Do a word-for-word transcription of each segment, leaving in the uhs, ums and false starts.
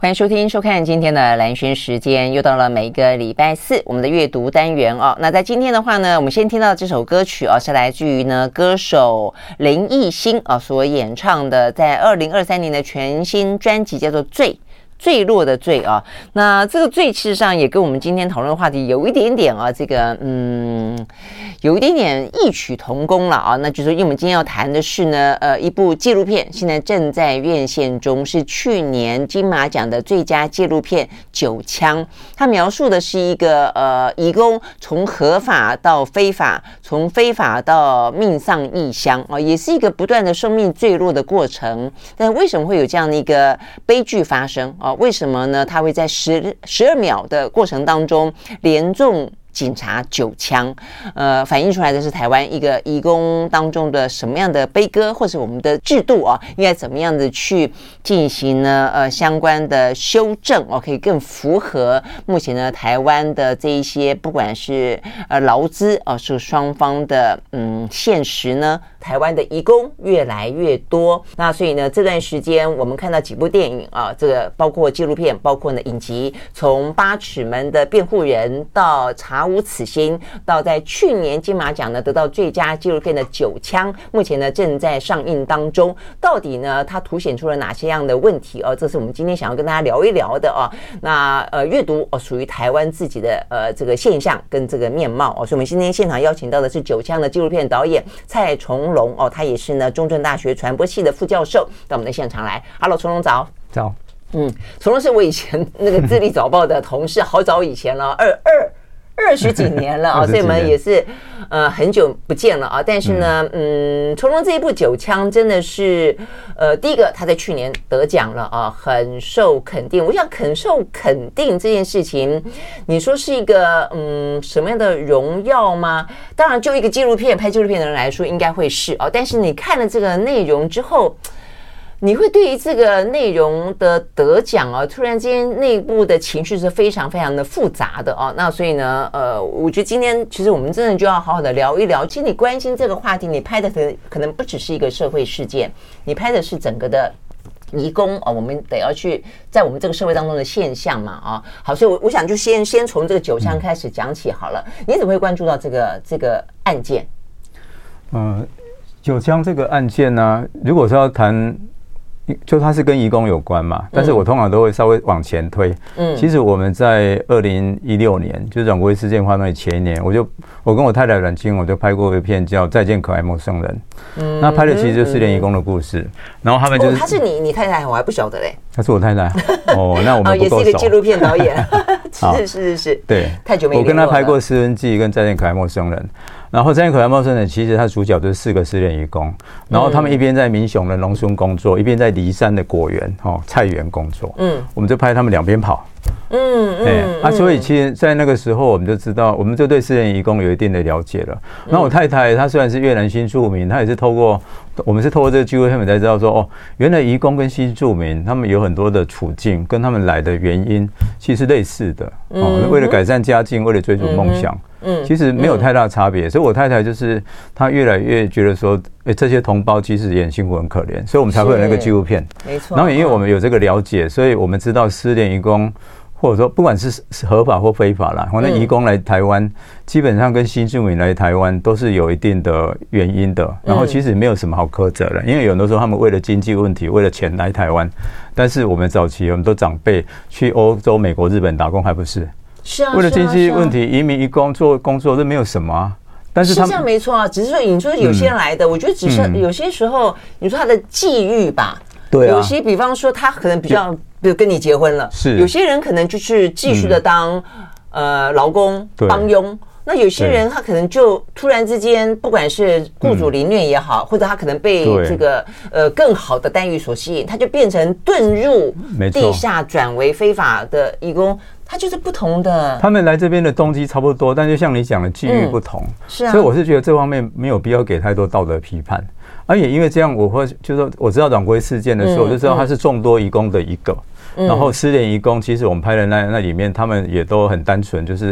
欢迎收听收看今天的蓝轩时间，又到了每个礼拜四我们的阅读单元哦。那在今天的话呢，我们先听到这首歌曲哦，是来自于呢歌手林艺兴啊所演唱的，在二零二三年的全新专辑叫做《坠》。坠落的坠啊，那这个坠事实上也跟我们今天讨论的话题有一点点啊，这个嗯，有一点点异曲同工了啊。那就是说，因为我们今天要谈的是呢，呃，一部纪录片，现在正在院线中，是去年金马奖的最佳纪录片《九枪》。它描述的是一个呃，移工从合法到非法，从非法到命丧异乡啊，也是一个不断的生命坠落的过程。但为什么会有这样的一个悲剧发生啊？为什么呢？他会在十十二秒的过程当中连中警察九枪，呃，反映出来的是台湾一个移工当中的什么样的悲歌，或是我们的制度啊，应该怎么样的去进行呢？呃，相关的修正哦，可以更符合目前呢台湾的这一些，不管是呃劳资哦，是双方的嗯现实呢。台湾的移工越来越多，那所以呢，这段时间我们看到几部电影啊，这个包括纪录片，包括呢影集，从八尺门的辩护人到查无此心，到在去年金马奖呢得到最佳纪录片的九枪，目前呢正在上映当中。到底呢它凸显出了哪些样的问题哦？这是我们今天想要跟大家聊一聊的哦。那呃阅读哦属于台湾自己的呃这个现象跟这个面貌哦，所以我们今天现场邀请到的是九枪的纪录片导演蔡崇龙哦，他也是呢中正大学传播系的副教授，到我们的现场来。Hello， 崇龙早。 早。 嗯，崇龙是我以前那个智利早报的同事，好早以前了，二二二十几年了啊，所以我们也是呃很久不见了啊。但是呢，嗯，崇龙这一部《九枪》真的是呃，第一个他在去年得奖了啊，很受肯定。我想很受肯定这件事情，你说是一个嗯什么样的荣耀吗？当然，就一个纪录片拍纪录片的人来说，应该会是啊。但是你看了这个内容之后，你会对于这个内容的得奖啊，突然间内部的情绪是非常非常的复杂的啊。那所以呢，呃，我觉得今天其实我们真的就要好好的聊一聊。其实你关心这个话题，你拍的可能可能不只是一个社会事件，你拍的是整个的移工啊，我们得要去在我们这个社会当中的现象嘛啊。好，所以我我想就先先从这个九枪开始讲起好了。你怎么会关注到这个这个案件？ 嗯，九枪这个案件呢、啊，如果说要谈。就它是跟移工有关嘛，但是我通常都会稍微往前推。嗯，其实我们在二零一六年，就是阮国辉事件发生的前一年，我就我跟我太太阮清，我就拍过一片叫《再见可爱陌生人》。嗯，那拍的其实就是失联移工的故事。然后他们就是， 哦，他是你你太太，我还不晓得嘞。 他是我太太。哦，那我们不够熟。 哦，也是一个纪录片导演。是是是是。 对， 太久没联络了。 我跟他拍过《私人记》跟《再见可爱陌生人》。然后《再见可爱陌生人》其实他主角就是四个失联移工，然后他们一边在民雄的农村工作，一边在梨山的果园哦菜园工作。嗯，我们就拍他们两边跑。嗯嗯，欸、啊，所以其实，在那个时候，我们就知道，我们就对失联移工有一定的了解了。那我太太她虽然是越南新住民，她也是透过我们是透过这个纪录片才知道说，哦，原来移工跟新住民他们有很多的处境，跟他们来的原因其实类似的。哦，为了改善家境，为了追逐梦想。嗯，其实没有太大差别，所以我太太就是她越来越觉得说，哎，这些同胞其实也很辛苦、很可怜，所以我们才会有那个纪录片。 没错。 然后因为我们有这个了解，所以我们知道失联移工，或者说不管是合法或非法啦，反正移工来台湾，基本上跟新住民来台湾都是有一定的原因的。然后其实没有什么好苛责的，因为有的时候他们为了经济问题、为了钱来台湾，但是我们早期我们都长辈去欧洲、美国、日本打工，还不是？ 是啊， 为了经济问题，移民移工做工作这没有什么啊。但是他们是这样没错啊，只是说你说有些人来的，嗯、我觉得只是有些时候你说他的际遇吧，对啊，有些比方说他可能比较，比如跟你结婚了，是有些人可能就是继续的当、嗯、呃劳工帮佣。那有些人他可能就突然之间，不管是雇主凌虐也好，嗯、或者他可能被这个呃更好的待遇所吸引，他就变成遁入地下，转为非法的移工。他就是不同的， 他们来这边的动机差不多，但就像你讲的际遇不同，嗯、是啊，所以我是觉得这方面没有必要给太多道德批判。而且因为这样，我会就是说，我知道阮国辉事件的时候，嗯、我就知道他是众多移工的一个。嗯、然后失联移工，其实我们拍的那那里面，他们也都很单纯，就是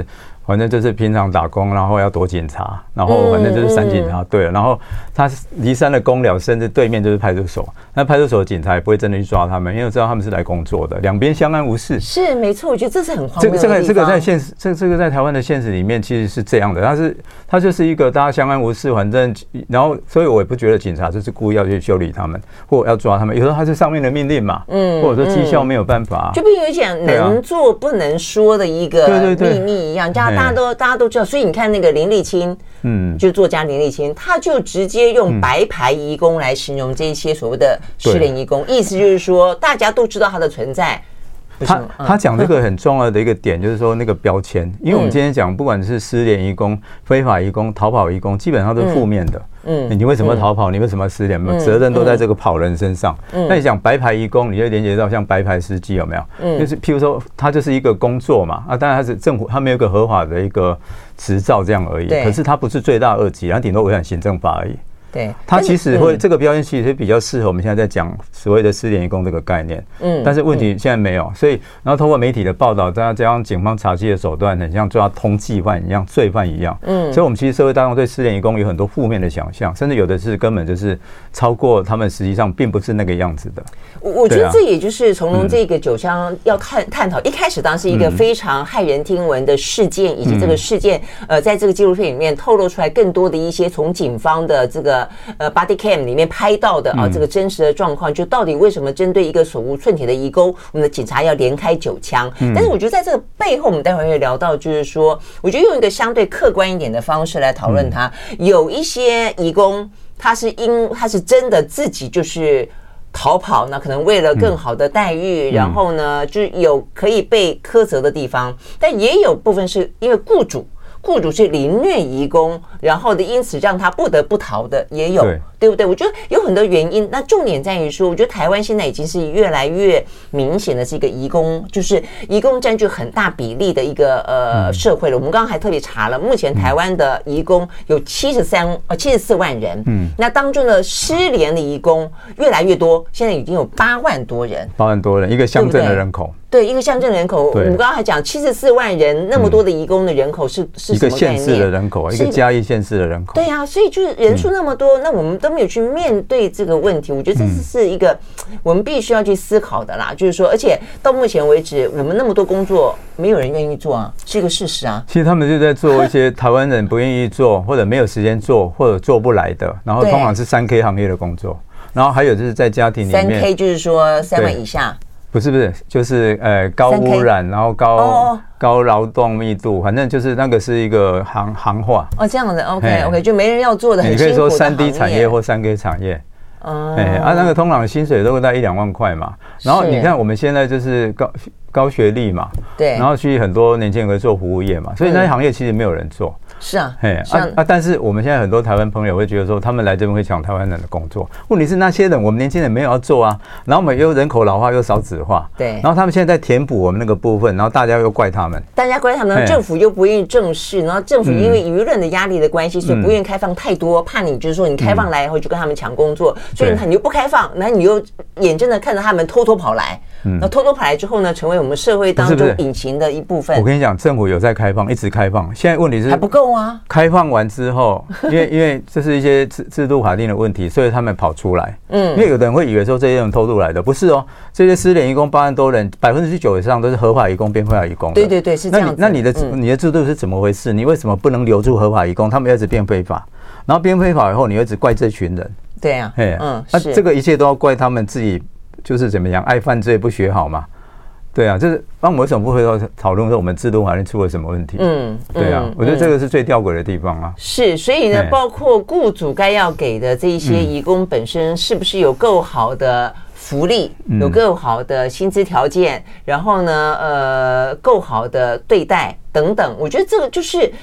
反正就是平常打工，然后要躲警察，然后反正就是闪警察对了。然后他离山的公寮，甚至对面就是派出所。那派出所的警察也不会真的去抓他们，因为知道他们是来工作的，两边相安无事。 是没错，我觉得这是很荒谬的地方。 这个这个这个在现实，这这个在台湾的现实里面其实是这样的，它是它就是一个大家相安无事，反正然后所以我也不觉得警察就是故意要去修理他们，或要抓他们。有时候他是上面的命令嘛，嗯，或者说绩效没有办法， 就比如讲能做不能说的一个秘密一样，大家都大家都知道。所以你看那个林立青，嗯，就作家林立青，他就直接用白牌移工来形容这些所谓的失联移工，意思就是说大家都知道他的存在。 他他讲这个很重要的一个点，就是说那个标签，因为我们今天讲，不管是失联移工、非法移工、逃跑移工，基本上都是负面的。嗯，你为什么逃跑？你为什么失联？责任都在这个跑人身上。那你讲白牌移工，你就连接到像白牌司机有没有？嗯，就是譬如说，他就是一个工作嘛，啊，当然他是政府，他没有一个合法的一个执照这样而已。可是他不是罪大恶极，他顶多违反行政法而已。 对， 它其实会、嗯、这个标签其实比较适合我们现在在讲所谓的失联移工这个概念，嗯，但是问题现在没有，所以然后通过媒体的报道，大家加上警方查缉的手段，很像抓通缉犯一样、罪犯一样，嗯，所以我们其实社会大众对失联移工有很多负面的想象，甚至有的是根本就是超过他们实际上并不是那个样子的。 我我觉得这也就是从龙这个九枪要探探讨，一开始当是一个非常骇人听闻的事件，以及这个事件呃在这个纪录片里面透露出来更多的一些从警方的这个。呃 ，body cam 里面拍到的啊，这个真实的状况，就到底为什么针对一个手无寸铁的移工，我们的警察要连开九枪？但是我觉得在这个背后，我们待会儿会聊到，就是说，我觉得用一个相对客观一点的方式来讨论它。有一些移工，他是因他是真的自己就是逃跑呢，可能为了更好的待遇，然后呢，就有可以被苛责的地方，但也有部分是因为雇主。雇主是凌虐移工，然后的因此让他不得不逃的也有， 对, 对不对？我觉得有很多原因。那重点在于说，我觉得台湾现在已经是越来越明显的是一个移工，就是移工占据很大比例的一个呃社会了。我们刚刚还特别查了，目前台湾的移工有七十三呃七十四万人，嗯，那当中的失联的移工越来越多，现在已经有八万多人， 八万多人，一个乡镇的人口。 对，一个乡镇人口，我们刚刚还讲七十四万人，那么多的移工的人口是、嗯、是什么概念？ 一个县市的人口，一个嘉义县市的人口。 对啊，所以就是人数那么多，嗯、那我们都没有去面对这个问题。我觉得这是一个我们必须要去思考的啦。就是说，而且到目前为止，我们那么多工作，没有人愿意做啊，是一个事实啊。 其实他们就在做一些台湾人不愿意做，或者没有时间做，或者做不来的，然后通常是三 K 行业的工作。然后还有就是在家庭里面， 三 K 就是说三万以下。 不是不是，就是呃高污染，然后高、哦、高劳动密度，反正就是那个是一个行行话哦，这样的 OK OK， 就没人要做的很辛苦的行业。 你可以说三 D 产业或三 K 产业，哦，哎啊，那个通常薪水都会在一两万块嘛。然后你看我们现在就是高高学历嘛，对，然后去很多年轻人会做服务业嘛，所以那些行业其实没有人做。 是啊， 嘿啊啊！但是我们现在很多台湾朋友会觉得说，他们来这边会抢台湾人的工作。问题是那些人，我们年轻人没有要做啊。然后我们又人口老化又少子化，对。然后他们现在在填补我们那个部分，然后大家又怪他们， 大家怪他们，政府又不愿意正视，然后政府因为舆论的压力的关系，所以不愿意开放太多，怕你就是说你开放来以后就跟他们抢工作，所以你又不开放，然后你又眼睁的看着他们偷偷跑来。那偷偷跑来之后呢，成为我们社会当中隐形的一部分。 我跟你讲，政府有在开放，一直开放。现在问题是还不够啊。 开放完之后，因为因为这是一些制制度法定的问题，所以他们跑出来。嗯，因为有的人会以为说这些人偷渡来的，不是哦。这些失联移工八万多人，百分之九以上都是合法移工变非法移工。 对对对，是这样子。 那你那你的、嗯、你的制度是怎么回事？你为什么不能留住合法移工？他们一直变非法，然后变非法以后，你又一直怪这群人。 对啊， 哎，嗯，那、啊、这个一切都要怪他们自己，就是怎么样爱犯罪不学好嘛。对啊，就是那我们为什么不会讨论说我们制度法律出了什么问题？嗯，对啊，嗯、我觉得这个是最吊诡的地方啊。 是，所以呢，包括雇主该要给的这一些移工本身是不是有够好的福利，有够好的薪资条件，然后呢，呃，够好的对待等等，我觉得这个就是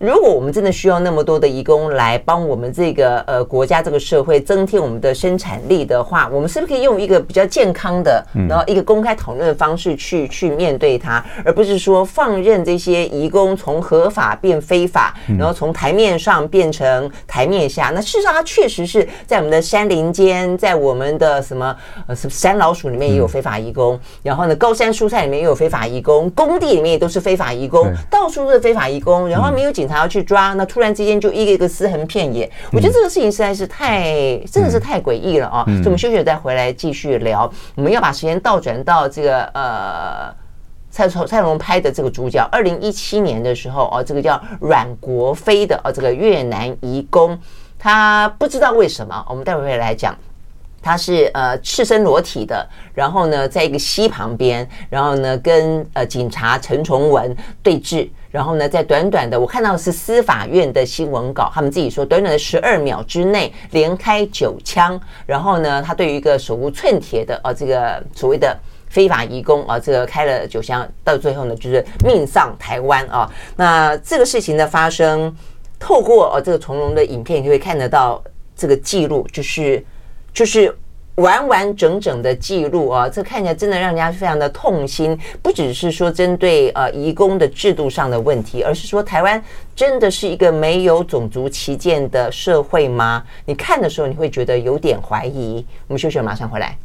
如果我们真的需要那么多的移工来帮我们这个呃国家这个社会增添我们的生产力的话，我们是不是可以用一个比较健康的，然后一个公开讨论的方式去去面对它，而不是说放任这些移工从合法变非法，然后从台面上变成台面下。那事实上，它确实是在我们的山林间，在我们的什么呃什么山老鼠里面也有非法移工，然后呢高山蔬菜里面也有非法移工，工地里面也都是非法移工，到处都是非法移工，然后没有警察要去抓，那突然之间就一个一个尸横遍野。我觉得这个事情实在是太真的是太诡异了啊！所以我们休息了再回来继续聊。我们要把时间倒转到这个呃。蔡蔡龙拍的这个主角，二零一七年的时候，哦，这个叫阮国飞的，哦，这个越南移工，他不知道为什么，我们待会会来讲，他是呃赤身裸体的，然后呢，在一个溪旁边，然后呢，跟呃警察陈崇文对峙，然后呢，在短短的我看到的是司法院的新闻稿，他们自己说，短短的十二秒之内连开九枪，然后呢，他对于一个手无寸铁的，哦，这个所谓的非法移工啊，这个开了九枪，到最后呢，就是命丧台湾啊。那这个事情的发生，透过哦这个从容的影片，你会看得到这个记录，就是就是完完整整的记录啊。这看起来真的让人家非常的痛心，不只是说针对呃移工的制度上的问题，而是说台湾真的是一个没有种族歧见的社会吗？你看的时候，你会觉得有点怀疑。我们休息了，马上回来。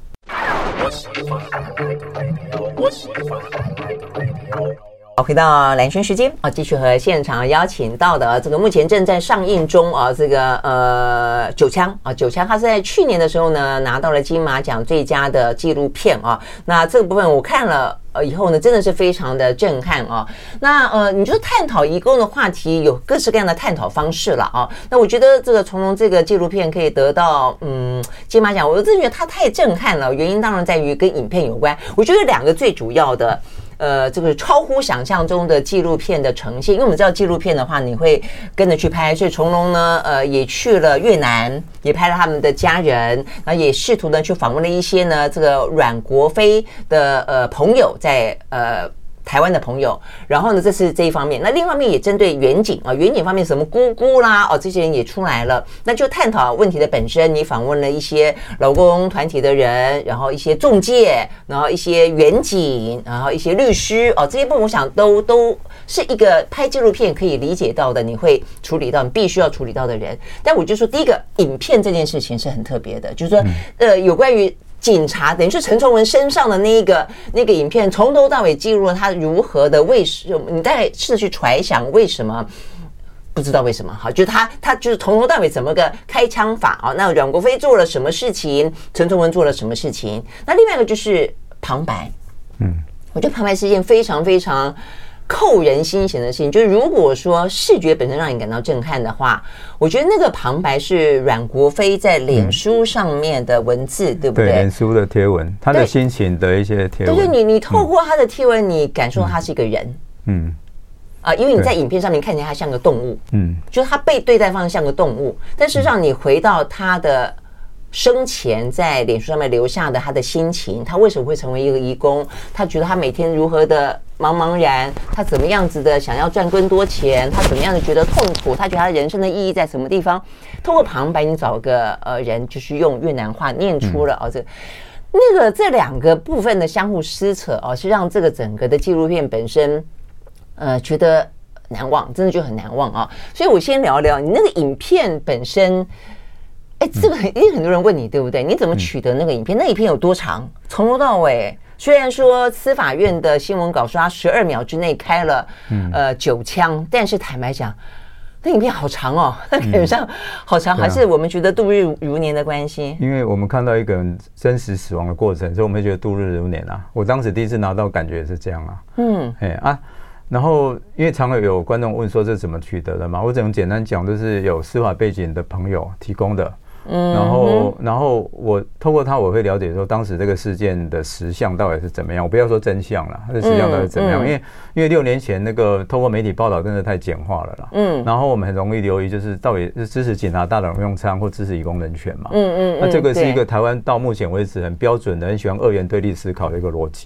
好，回到蓝轩时间啊，继续和现场邀请到的这个目前正在上映中啊，这个呃九枪啊，九枪，他是在去年的时候呢拿到了金马奖最佳的纪录片啊。那这个部分我看了呃以后呢，真的是非常的震撼啊。那呃，你就探讨移工的话题，有各式各样的探讨方式了啊。那我觉得这个从容这个纪录片可以得到嗯金马奖，我真的觉得它太震撼了。原因当然在于跟影片有关，我觉得两个最主要的。呃，这个超乎想象中的纪录片的呈现，因为我们知道纪录片的话，你会跟着去拍，所以从容呢，呃，也去了越南，也拍了他们的家人，然后也试图呢去访问了一些呢这个阮国飞的呃朋友在呃。台湾的朋友，然后呢，这是这一方面。那另一方面也针对远景啊，远景方面什么姑姑啦，哦，这些人也出来了，那就探讨问题的本身。你访问了一些劳工团体的人，然后一些仲介，然后一些远景，然后一些律师哦，这些部分我想都都是一个拍纪录片可以理解到的，你会处理到，你必须要处理到的人。但我就说，第一个影片这件事情是很特别的，就是说，呃，有关于。警察等于是陈崇文身上的那一个那个影片，从头到尾记录了他如何的为什么？你大概试着去揣想为什么？不知道为什么哈，就是他他就是从头到尾怎么个开枪法啊？那阮国飞做了什么事情？陈崇文做了什么事情？那另外一个就是旁白，嗯，我觉得旁白是一件非常非常。扣人心弦的事情，就是如果说视觉本身让你感到震撼的话，我觉得那个旁白是阮国飞在脸书上面的文字，嗯、对不对？ 对，脸书的贴文，他的心情的一些贴文。 对对，你你透过他的贴文，你感受到他是一个人，嗯，啊、呃，因为你在影片上面看起来他像个动物，嗯，就是他被对待方像个动物，但是让你回到他的。生前在脸书上面留下的他的心情，他为什么会成为一个移工？他觉得他每天如何的茫茫然，他怎么样子的想要赚更多钱，他怎么样的觉得痛苦，他觉得他人生的意义在什么地方？通过旁白，你找个呃人，就是用越南话念出了哦，这那个这两个部分的相互撕扯哦，是让这个整个的纪录片本身呃觉得难忘，真的就很难忘啊。所以我先聊聊你那个影片本身。哎，这个很，一定很多人问你，对不对？你怎么取得那个影片？那影片有多长？从头到尾，虽然说司法院的新闻稿说他十二秒之内开了呃九枪，但是坦白讲，那影片好长哦，那感觉上好长，还是我们觉得度日如年的关系？ 因为我们看到一个人真实死亡的过程，所以我们会觉得度日如年啊。我当时第一次拿到，感觉是这样啊。嗯，哎啊。然后，因为常常有观众问说这怎么取得的嘛，我只能简单讲，就是有司法背景的朋友提供的。嗯，然后，然后我透过他，我会了解说当时这个事件的实相到底是怎么样。我不要说真相了，它的实相到底是怎么样？嗯嗯、因为因为六年前那个透过媒体报道真的太简化了啦。嗯，然后我们很容易流于就是到底是支持警察大胆用枪或支持移工人权嘛。嗯嗯，那这个是一个台湾到目前为止很标准的、很喜欢二元对立思考的一个逻辑。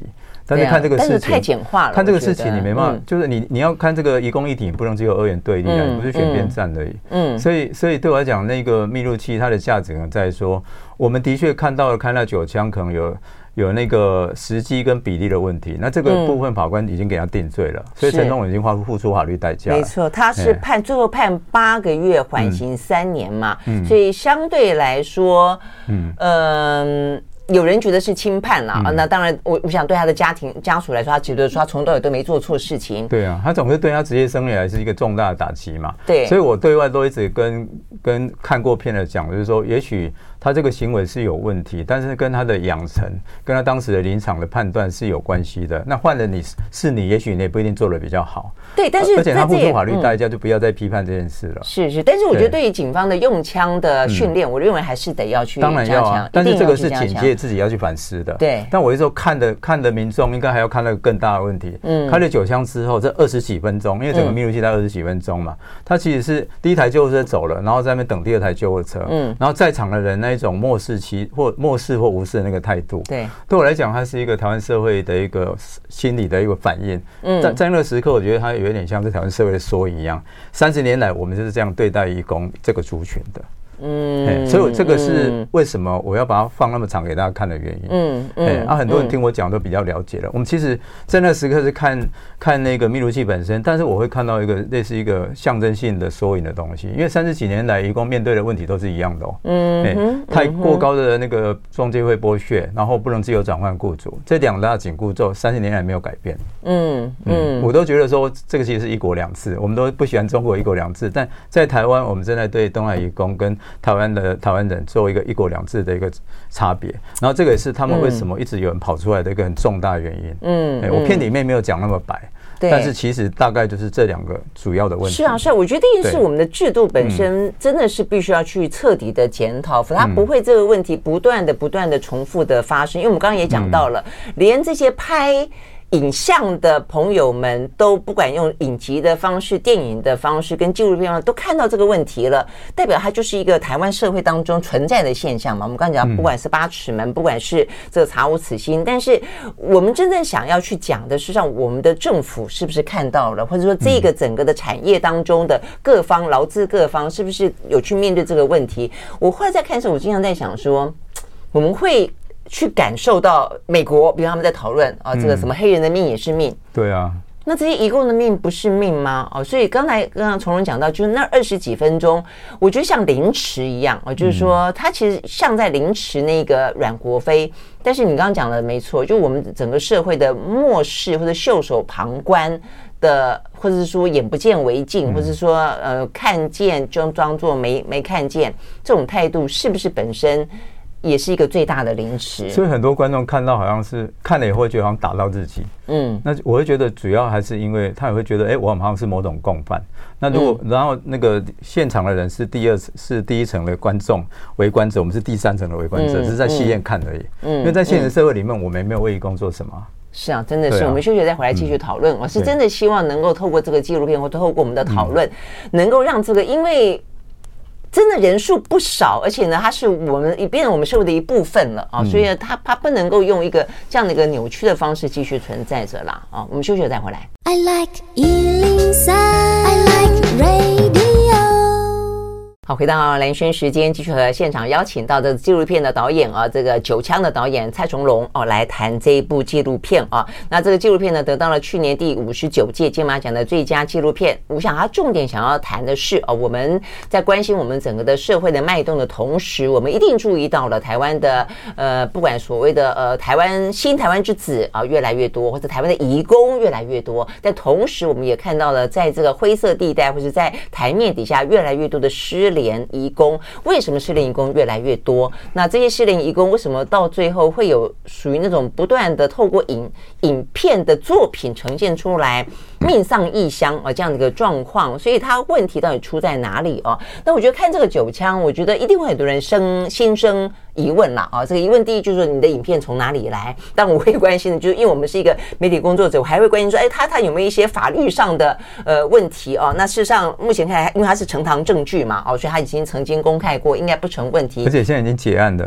但是看这个事情，但是太简化了。 看这个事情你没办法，嗯、就是你你要看这个移工议题，不能只有二元对立啊，嗯、你不是选边站而已。嗯，所以所以对我来讲，那个密录器它的价值可能在说，我们的确看到了开那九枪可能有。有那个时机跟比例的问题，那这个部分法官已经给他定罪了，嗯、所以陈东已经付出法律代价了。 没错，他是判最后判八个月，缓刑三年嘛，嗯、所以相对来说，嗯。呃有人觉得是轻判啦、嗯啊，那当然我，我我想对他的家庭家属来说，他觉得说他从头到尾都没做错事情。 对啊，他总是对他职业生涯来是一个重大的打击嘛。 对， 所以我对外都一直跟跟看过片的讲，就是说，也许他这个行为是有问题，但是跟他的养成，跟他当时的临场的判断是有关系的。那换了你是你，也许你也不一定做得比较好。 对，但是而且他付出法律代价，就不要再批判这件事了。 嗯、是是，但是我觉得对于警方的用枪的训练，我认为还是得要去加强。 当然要啊，但是这个是警戒自己要去反思。 对， 但我一直说看的看的民众应该还要看那个更大的问题。嗯，开了九枪之后，这二十几分钟，因为整个密录器在二十几分钟嘛，他其实是第一台救护车走了，然后在那边等第二台救护车。嗯，然后在场的人那一种漠视其或漠视或无视的那个态度， 对， 对我来讲，它是一个台湾社会的一个心理的一个反应。嗯，在在那个时刻，我觉得它有一点像是台湾社会的缩影一样。三十年来，我们就是这样对待移工这个族群的。嗯，所以这个是为什么我要把它放那么长给大家看的原因。嗯嗯，啊，很多人听我讲都比较了解了。我们其实，在那时刻是看看那个密录器本身，但是我会看到一个类似一个象征性的缩影的东西，因为三十几年来，移工面对的问题都是一样的哦。嗯，太过高的那个中介会剥削，然后不能自由转换雇主，这两大紧箍咒三十年来没有改变。嗯嗯，我都觉得说这个其实是一国两制，我们都不喜欢中国一国两制，但在台湾，我们正在对东海移工跟台湾的台湾人做一个一国两制的一个差别，然后这个也是他们为什么一直有人跑出来的一个很重大的原因。嗯，欸、我片里面没有讲那么白，但是其实大概就是这两个主要的问题。 是啊，是啊，我觉得第一是我们的制度本身真的是必须要去彻底的检讨，否则它不会这个问题不断的不断的重复的发生。因为我们刚刚也讲到了，嗯、连这些拍影像的朋友们都不管用影集的方式、电影的方式跟纪录片都看到这个问题了，代表它就是一个台湾社会当中存在的现象嘛。我们刚刚讲，不管是八尺门，不管是这个查无此心，但是我们真正想要去讲的是，让我们的政府是不是看到了，或者说这个整个的产业当中的各方劳资各方是不是有去面对这个问题？我后来在看的时候，我经常在想说，我们会去感受到美国，比如他们在讨论啊，这个什么黑人的命也是命， 对啊， 那这些移工的命不是命吗？哦，所以刚才刚刚从容讲到，就是那二十几分钟，我觉得像凌迟一样哦，就是说他其实像在凌迟那个阮国飞，但是你刚刚讲的没错，就我们整个社会的漠视或者袖手旁观的，或者是说眼不见为净，或者是说呃看见就装作没没看见，这种态度是不是本身也是一个最大的凌迟？ 所以很多观众看到好像是看了也会觉得好像打到自己。嗯，那我会觉得主要还是因为他也会觉得，哎、欸，我好像是某种共犯。那如果、嗯、然后那个现场的人是第二是第一层的观众围观者，我们是第三层的围观者，嗯、只是在戏院看而已。嗯，因为在现实社会里面，我们没有为移工做什么。 是啊，真的是、啊、我们休息再回来继续讨论。我、嗯、是真的希望能够透过这个纪录片或透过我们的讨论、嗯，能够让这个因为。真的人数不少，而且呢，它是我们变成我们社会的一部分了啊，所以它它不能够用一个这样的一个扭曲的方式继续存在着啦啊。我们休息了再回来。I like 一零三 I like radio。好，回到蓝轩时间，继续和现场邀请到的纪录片的导演啊，这个九枪的导演蔡崇隆哦，来谈这一部纪录片啊。那这个纪录片呢，得到了去年第五十九届金马奖的最佳纪录片。我想他重点想要谈的是哦，我们在关心我们整个的社会的脉动的同时，我们一定注意到了台湾的呃，不管所谓的呃台湾新台湾之子啊越来越多，或者台湾的移工越来越多，但同时我们也看到了在这个灰色地带或者在台面底下越来越多的失联移工。为什么失联移工越来越多？那这些失联移工为什么到最后会有属于那种不断的透过影影片的作品呈现出来命丧异乡啊这样的一个状况？所以它问题到底出在哪里啊？那我觉得看这个九枪，我觉得一定会很多人生心生疑问啦啊！这个疑问第一就是说你的影片从哪里来？但我会关心的就是，因为我们是一个媒体工作者，我还会关心说，哎，他他有没有一些法律上的呃问题啊？那事实上目前看来，因为他是呈堂证据嘛，哦，所以他已经曾经公开过，应该不成问题。 而且现在已经结案了。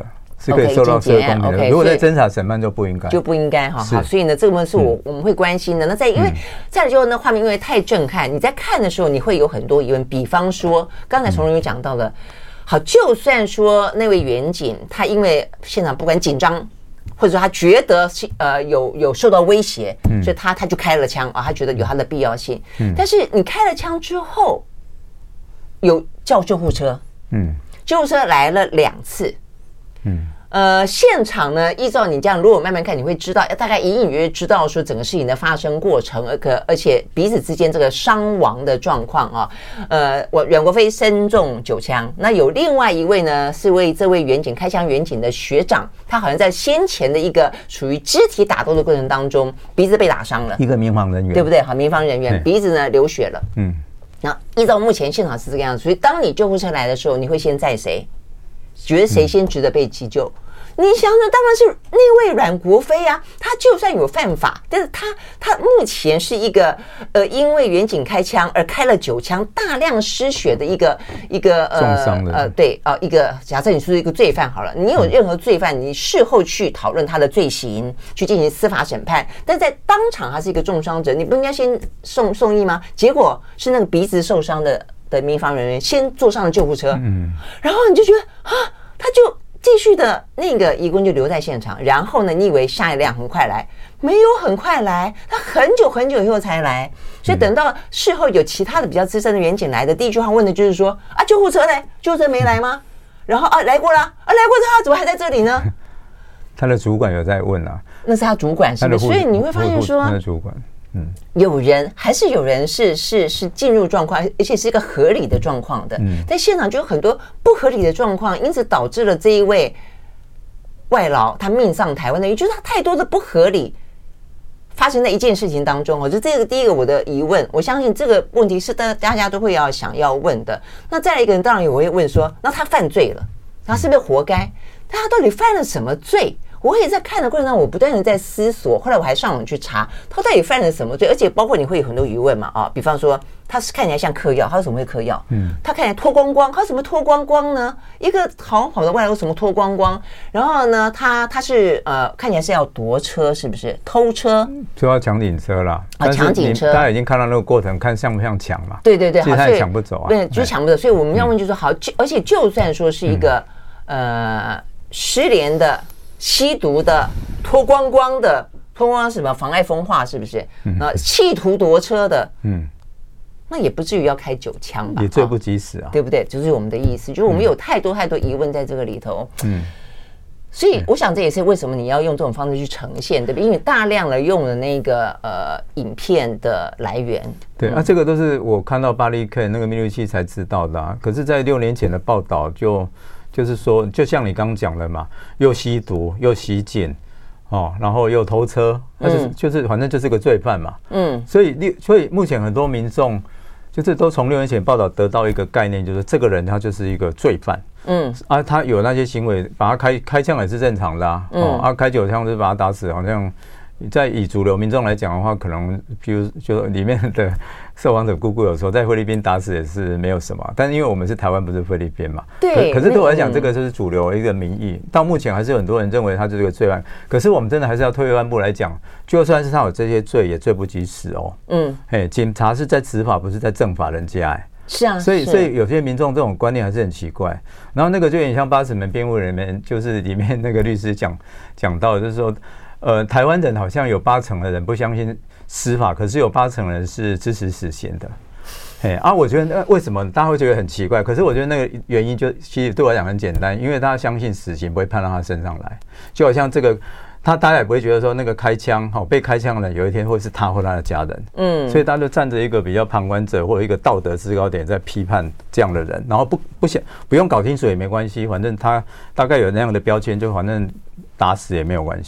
是可以受到社会公平的。 Okay, 如果在侦查审判就不应该， 就不应该哈。好，所以呢，这个部分是我、嗯、我们会关心的。那在因为、嗯、再来之后呢，画面因为太震撼，你在看的时候你会有很多疑问。比方说，刚才从容有讲到的，嗯、好，就算说那位员警他因为现场不管紧张，或者说他觉得呃有有受到威胁，嗯、所以他他就开了枪啊，他觉得有他的必要性。嗯、但是你开了枪之后，有叫救护车，嗯，救护车来了两次。嗯，呃，现场呢，依照你这样，如果慢慢看，你会知道，大概隐隐约约知道说整个事情的发生过程，而可而且彼此之间这个伤亡的状况啊，呃，我阮国飞身中九枪，那有另外一位呢，是为这位员警开枪员警的学长，他好像在先前的一个属于肢体打斗的过程当中，鼻子被打伤了， 一个民防人员， 对不对？好，民防人员鼻子呢流血了，嗯，那依照目前现场是这个样子，所以当你救护车来的时候，你会先载谁？觉得谁先值得被急救？嗯、你想想，当然是那位阮国飞啊，他就算有犯法，但是他他目前是一个呃，因为员警开枪而开了九枪，大量失血的一个一个呃重伤的呃对啊、呃、一个假设你是一个罪犯好了，你有任何罪犯，你事后去讨论他的罪行，去进行司法审判，但在当场他是一个重伤者，你不应该先送送医吗？结果是那个鼻子受伤的。的民防人员先坐上了救护车，嗯，然后你就觉得啊，他就继续的那个移工就留在现场，然后呢，你以为下一辆很快来，没有很快来，他很久很久以后才来，所以等到事后有其他的比较资深的员警来的，第一句话问的就是说啊，救护车呢？救护车没来吗？然后啊，来过了啊，来过他怎么还在这里呢？ 他的主管有在问啊， 那是他主管是不是？所以你会发现说， 他的主管。嗯， 有人还是有人是是是进入状况，而且是一个合理的状况的。嗯，在现场就有很多不合理的状况，因此导致了这一位外劳他命丧台湾的，也就是他太多的不合理发生在一件事情当中。我觉得这个第一个我的疑问，我相信这个问题是大大家都会要想要问的。那再来一个人，当然也会问说，那他犯罪了，他是不是活该？但他到底犯了什么罪？我也在看的过程当中，我不断的在思索，后来我还上网去查，他到底犯了什么罪，而且包括你会有很多疑问嘛啊，比方说他是看起来像嗑药，他为什么会嗑药？嗯，他看起来脱光光，他怎么脱光光呢？一个好好的外劳为什么脱光光？然后呢，他他是呃看起来是要夺车，是不是偷车？ 就要抢警车啦， 啊，抢警车， 大家已经看到那个过程，看像不像抢嘛？ 对对对， 其实他也抢不走啊， 对，就是抢不走。所以我们要问就是说，好，而且就算说是一个、嗯、呃失联的。吸毒的、脱光光的、脱光光什么妨碍风化，是不是？啊，企图夺车的，嗯，那也不至于要开九枪吧？ 也罪不及时啊， 对不对？就是我们的意思，就是我们有太多太多疑问在这个里头，嗯，所以我想这也是为什么你要用这种方式去呈现，对不对？因为大量的用了那个呃影片的来源， 对，那、嗯啊、这个都是我看到巴利 K 那个密录器才知道的、啊，可是，在六年前的报道就。就是说，就像你刚刚讲的嘛，又吸毒又袭警，哦，然后又偷车，他就是、嗯、就是反正就是个罪犯嘛。嗯，所以所以目前很多民众就是都从六年前报道得到一个概念，就是这个人他就是一个罪犯。嗯，啊，他有那些行为，把他开开枪也是正常的啊。嗯、哦，啊，开九枪就是把他打死，好像。在以主流民众来讲的话，可能譬如就里面的受访者姑姑有说，在菲律宾打死也是没有什么，但是因为我们是台湾，不是菲律宾嘛， 对。 可, 可是对我来讲，这个就是主流一个民意。到目前还是有很多人认为他就是个罪犯，可是我们真的还是要退一万步来讲，就算是他有这些罪，也罪不及时哦。嗯，哎，警察是在执法，不是在正法人家。哎， 是啊。 所以，所以有些民众这种观念还是很奇怪。然后那个就有点像八尺门辩护人里面，就是里面那个律师讲讲到，就是说。呃，台湾人好像有八成的人不相信司法，可是有八成人是支持死刑的。哎啊，我觉得为什么大家会觉得很奇怪？可是我觉得那个原因就其实对我来讲很简单，因为大家相信死刑不会判到他身上来，就好像这个他大家也不会觉得说那个开枪好被开枪的人有一天会是他或他的家人，嗯，所以大家就站着一个比较旁观者或者一个道德制高点在批判这样的人，然后不不想不用搞清楚也没关系，反正他大概有那样的标签，就反正打死也没有关系。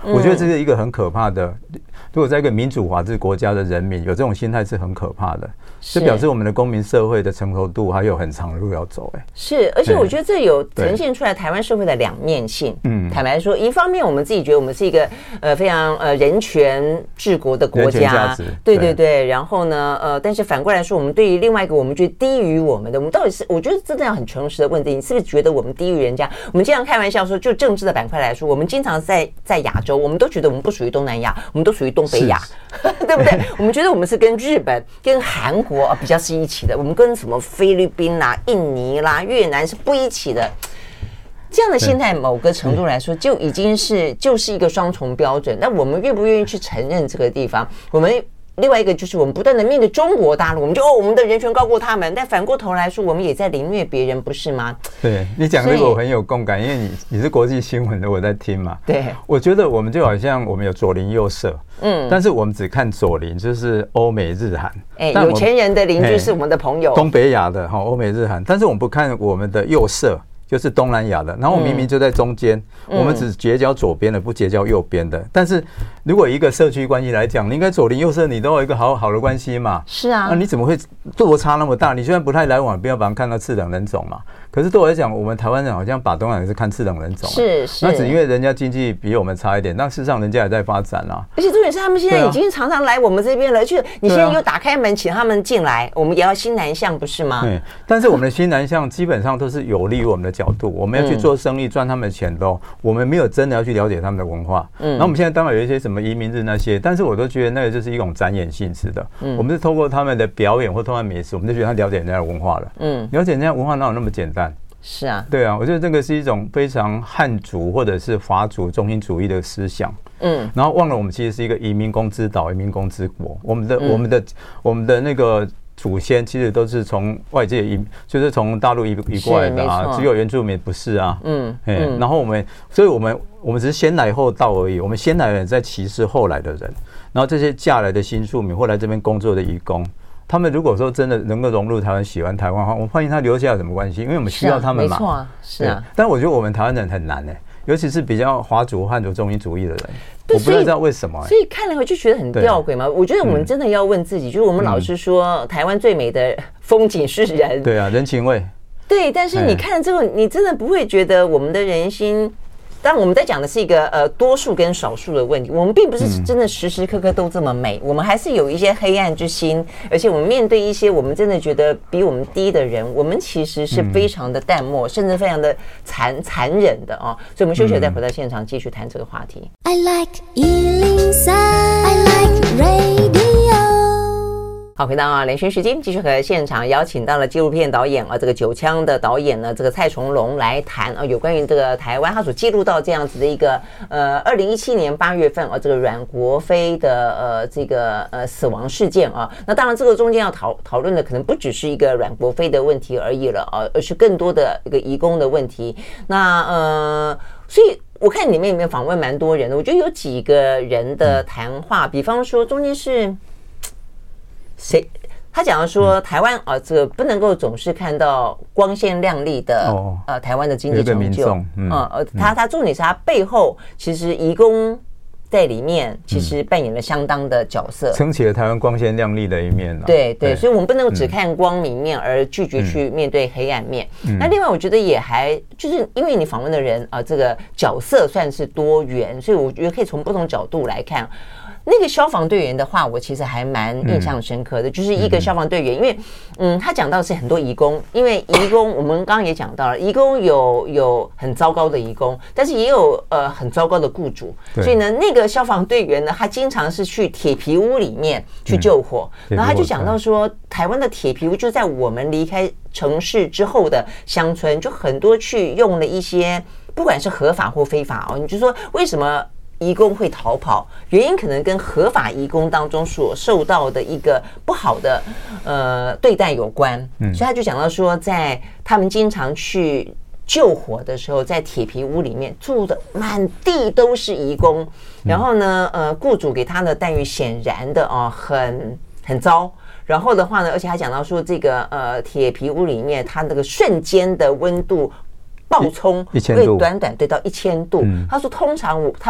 我觉得这是一个很可怕的。如果在一个民主法治国家的人民有这种心态是很可怕的，这表示我们的公民社会的成熟度还有很长的路要走。哎， 是，而且我觉得这有呈现出来台湾社会的两面性。嗯，坦白说，一方面我们自己觉得我们是一个呃非常呃人权治国的国家，对对对。然后呢，呃，但是反过来说，我们对于另外一个我们觉得低于我们的，我们到底是我觉得真的要很诚实的问题，你是不是觉得我们低于人家？我们经常开玩笑说，就政治的板块来说，我们经常在在亚洲，我们都觉得我们不属于东南亚，我们都属于东北亚。对不对？我们觉得我们是跟日本、跟韩国比较是一起的，我们跟什么菲律宾啦、印尼啦、越南是不一起的。这样的心态，某个程度来说，就已经是就是一个双重标准。那我们愿不愿意去承认这个地方？我们另外一个就是我们不断的面对中国大陆，我们就哦，我们的人权高过他们，但反过头来说，我们也在凌虐别人，不是吗？ 对，你讲这个我很有共感，因为你你是国际新闻的，我在听嘛。 对， 我觉得我们就好像我们有左邻右舍，嗯，但是我们只看左邻，就是欧美日韩。 哎、欸，有钱人的邻居是我们的朋友， 东北亚的哈，欧美日韩，但是我们不看我们的右舍。就是东南亚的，然后我明明就在中间、嗯，我们只结交左边的，不结交右边的。但是如果一个社区关系来讲，你应该左邻右舍你都有一个好好的关系嘛。 是啊， 那你怎么会落差那么大？你虽然不太来往，不要把人看到次等人种嘛。可是对我来讲，我们台湾人好像把东南亚是看次等人种、啊， 是是。 那只因为人家经济比我们差一点，但事实上人家也在发展啊。 而且重点是他们现在已经常常来我们这边了，就你现在又打开门请他们进来，我们也要新南向，不是吗？ 对。但是我们的新南向基本上都是有利于我们的角度，我们要去做生意赚他们的钱都，我们没有真的要去了解他们的文化。嗯。然后我们现在当然有一些什么移民日那些，但是我都觉得那个就是一种展演性质的。嗯。我们是透过他们的表演或透过美食，我们就觉得他了解人家的文化了。嗯。了解人家文化哪有那么简单？ 是啊， 对啊，我觉得这个是一种非常汉族或者是华族中心主义的思想，嗯，然后忘了我们其实是一个移民工之岛、移民工之国，我们的、嗯、我们的我们的那个祖先其实都是从外界移，就是从大陆移移过来的啊，只有原住民不是啊，嗯，嗯，然后我们，所以我们我们只是先来后到而已，我们先来的人在歧视后来的人，然后这些嫁来的新住民或来这边工作的移工。他们如果说真的能够融入台湾、喜欢台湾的话，我们欢迎他留下有什么关系？因为我们需要他们嘛。 是啊，没错啊，是啊。 但我觉得我们台湾人很难哎、欸，尤其是比较华族、汉族中心主义的人，我不太知道为什么、欸。 所以看了我就觉得很吊诡嘛。我觉得我们真的要问自己，嗯、就是我们老是说、嗯、台湾最美的风景是人， 对啊，人情味。 对，但是你看了之后，你真的不会觉得我们的人心。但我们在讲的是一个呃多数跟少数的问题，我们并不是真的时时刻刻都这么美，我们还是有一些黑暗之心，而且我们面对一些我们真的觉得比我们低的人，我们其实是非常的淡漠，甚至非常的残残忍的哦。所以我们休息了再回到现场继续谈这个话题。I like 一零三 I like radio。好，回到啊连线时间，继续和现场邀请到了纪录片导演啊，这个九枪的导演呢，这个蔡崇隆来谈啊，有关于这个台湾他所记录到这样子的一个呃，二零一七年八月份啊，这个阮国飞的呃这个呃死亡事件啊。那当然，这个中间要讨讨论的可能不只是一个阮国飞的问题而已了啊，而是更多的一个移工的问题。那呃，所以。我看里面里面访问蛮多人的，我觉得有几个人的谈话，比方说中间是。谁？他讲到说，台湾啊，这个不能够总是看到光鲜亮丽的、哦、呃台湾的经济成就，嗯，呃，他他重点是他背后其实移工在里面其实扮演了相当的角色， 撑起了台湾光鲜亮丽的一面、啊、 对 对, 对，所以我们不能够只看光明面而拒绝去面对黑暗面。嗯、那另外，我觉得也还就是因为你访问的人啊、呃，这个角色算是多元，所以我觉得可以从不同角度来看。那个消防队员的话，我其实还蛮印象深刻的，嗯、就是一个消防队员，因为嗯，他讲到的是很多移工，因为移工我们刚刚也讲到了，移工有有很糟糕的移工，但是也有呃很糟糕的雇主，所以呢，那个消防队员呢，他经常是去铁皮屋里面去救火，嗯、然后他就讲到说，台湾的铁皮屋就在我们离开城市之后的乡村，就很多去用了一些不管是合法或非法哦，你就说为什么？移工会逃跑，原因可能跟合法移工当中所受到的一个不好的呃对待有关，嗯，所以他就讲到说，在他们经常去救火的时候，在铁皮屋里面住的满地都是移工，然后呢，呃，雇主给他的待遇显然的哦，很很糟。然后的话呢，而且还讲到说，这个呃铁皮屋里面，它那个瞬间的温度。爆冲会短短对到一千度，嗯、他说通常我他们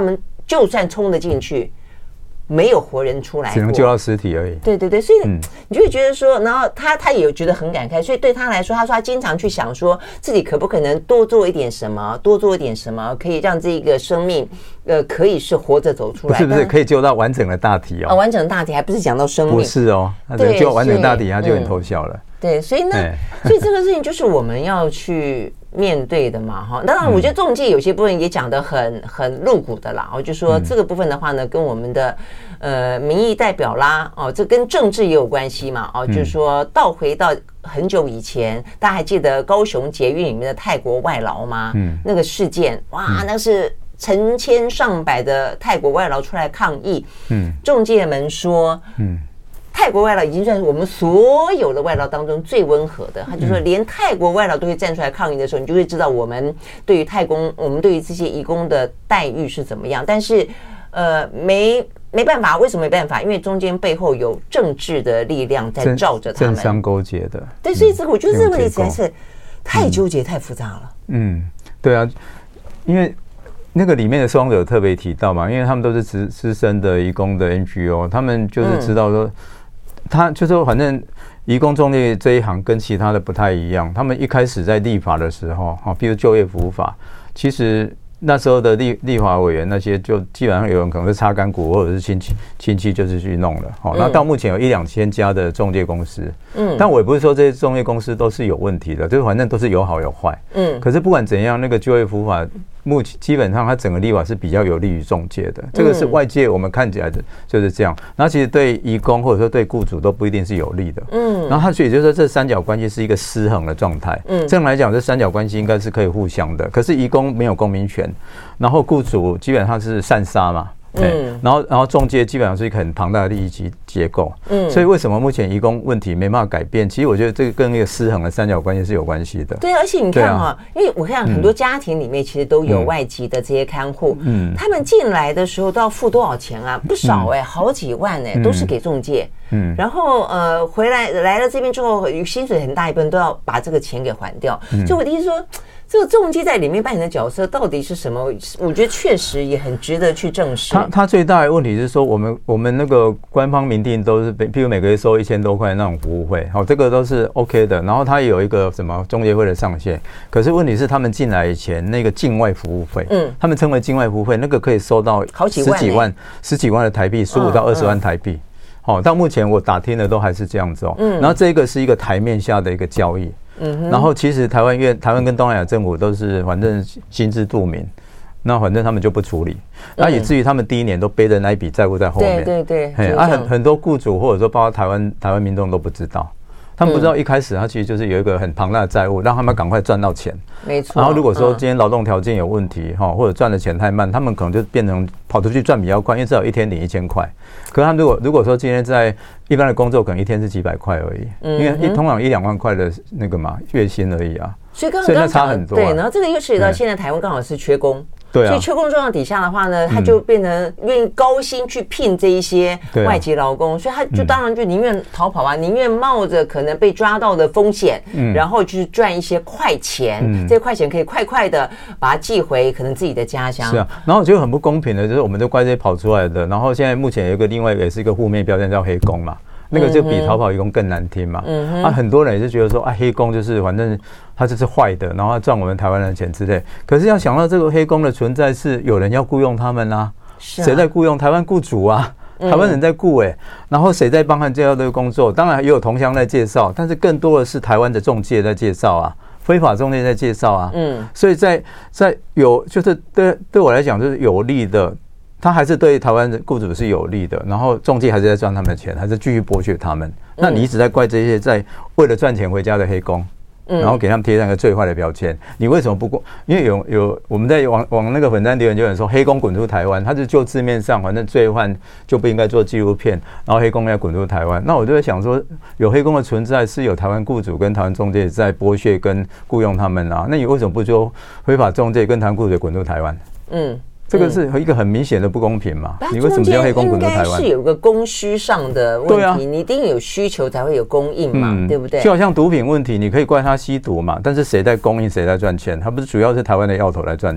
就算冲得进去，没有活人出来过， 只能救到尸体而已。 对对对，所以你就会觉得说，然后他他也觉得很感慨，所以对他来说，他说他经常去想说自己可不可能多做一点什么，多做一点什么，可以让这个生命呃可以是活着走出来， 不是不是可以救到完整的大体哦？ 啊，完整的大体还不是讲到生命？ 不是哦，他只救完整的大体，他就很偷笑了。 对，所以呢，所以这个事情就是我们要去面对的嘛，哈。当然，我觉得仲介有些部分也讲得很很露骨的啦，哦，就说这个部分的话呢，跟我们的呃民意代表啦，哦，这跟政治也有关系嘛，哦，就是说倒回到很久以前，大家还记得高雄捷运里面的泰国外劳吗？嗯，那个事件，哇，那是成千上百的泰国外劳出来抗议，嗯，仲介们说，嗯。泰国外劳已经算是我们所有的外劳当中最温和的。他就说，连泰国外劳都会站出来抗议的时候，你就会知道我们对于泰工，我们对于这些移工的待遇是怎么样。但是，呃，没没办法，为什么没办法？因为中间背后有政治的力量在罩着他们， 政商勾结的。 对，所以这个我觉得这个问题实在是太纠结、太复杂了。 嗯，对啊，因为。那个里面的受访者有特别提到嘛，因为他们都是资资深的移工的 N G O， 他们就是知道说，嗯、他就说反正移工仲介这一行跟其他的不太一样，他们一开始在立法的时候，哈，比如就业服务法，其实那时候的立立法委员那些就基本上有人可能是擦干股或者是亲戚亲戚就是去弄了，好，那到目前有一两千家的仲介公司，嗯，但我也不是说这些仲介公司都是有问题的，就是反正都是有好有坏，嗯，可是不管怎样，那个就业服务法。目前基本上，它整个立法是比较有利于仲介的，这个是外界我们看起来的就是这样。然后其实对移工或者说对雇主都不一定是有利的。嗯，然后它所以就是说这三角关系是一个失衡的状态。嗯，这样来讲，这三角关系应该是可以互相的。可是移工没有公民权，然后雇主基本上是散沙嘛。嗯，然后然后仲介基本上是一个很庞大的利益结结构，嗯，所以为什么目前移工问题没办法改变？其实我觉得这个跟那个失衡的三角关系是有关系的。 对，而且你看啊，因为我看很多家庭里面其实都有外籍的这些看护，嗯，他们进来的时候都要付多少钱啊？不少哎、欸，好几万哎、欸，都是给仲介，嗯，然后呃回来来了这边之后，薪水很大一部分都要把这个钱给还掉，所以我的意思说。这个仲介在里面扮演的角色到底是什么？我觉得确实也很值得去正视。他他最大的问题是说，我们我们那个官方明定都是，譬如每个月收一千多块那种服务费，好，这个都是 OK 的。然后他也有一个什么仲介费的上限，可是问题是他们进来以前那个境外服务费，嗯，他们称为境外服务费，那个可以收到好几万、欸、 十几万、十几万的台币，十五到二十万台币。好、嗯嗯，到目前我打听的都还是这样子哦。嗯，然后这个是一个台面下的一个交易。嗯，然后其实台湾院台湾跟东南亚政府都是反正心知肚明，那反正他们就不处理，那、嗯、以至于他们第一年都背着那一笔债务在后面。 对对对， 啊很很多雇主或者说包括台湾台湾民众都不知道，他们不知道一开始他其实就是有一个很庞大的债务，让他们赶快赚到钱。 没错。 然后如果说今天劳动条件有问题哈，或者赚的钱太慢，他们可能就变成跑出去赚比较快，因为至少一天领一千块。可是他们如果如果说今天在一般的工作，可能一天是几百块而已，嗯、因为一通常一两万块的那个嘛月薪而已啊。 所以刚刚那差很多、啊。 对，然后这个又涉及到现在台湾刚好是缺工。 对啊， 所以缺工状况底下的话呢，他就变成愿意高薪去聘这一些外籍劳工，所以他就当然就宁愿逃跑啊，宁愿冒着可能被抓到的风险，然后去赚一些快钱，这些快钱可以快快的把它寄回可能自己的家乡。 是啊，然后我觉得很不公平的就是我们都怪这些跑出来的，然后现在目前有一个另外也是一个负面标签叫黑工嘛。那个就比逃跑移工更难听嘛，嗯、啊，很多人也是觉得说啊，黑工就是反正他就是坏的，然后他赚我们台湾人的钱之类。可是要想到这个黑工的存在，是有人要雇佣他们啊，谁、啊、在雇佣？台湾雇主啊，台湾人在雇哎、欸，然后谁在帮他介绍这个工作？当然也有同乡在介绍，但是更多的是台湾的仲介在介绍啊，非法仲介在介绍啊，嗯，所以在在有就是对对我来讲就是有利的。他还是对台湾的雇主是有利的，然后仲介还是在赚他们的钱，还是继续剥削他们。那你一直在怪这些在为了赚钱回家的黑工，然后给他们贴上一个最坏的标签。你为什么不过？因为有有我们在往往那个粉专留言就有人说黑工滚出台湾，他是就字面上反正罪犯就不应该做纪录片，然后黑工要滚出台湾。那我就在想说，有黑工的存在是有台湾雇主跟台湾仲介在剥削跟雇佣他们啊。那你为什么不说非法仲介跟台湾雇主滚出台湾？嗯。这个是一个很明显的不公平嘛？你为什么要黑工滚出台湾？ 应该是有个供需上的问题，啊、你一定有需求才会有供应嘛，嗯、对不对？ 就好像毒品问题，你可以怪他吸毒嘛，但是谁在供应，谁在赚钱？他不是主要是台湾的药头来赚钱。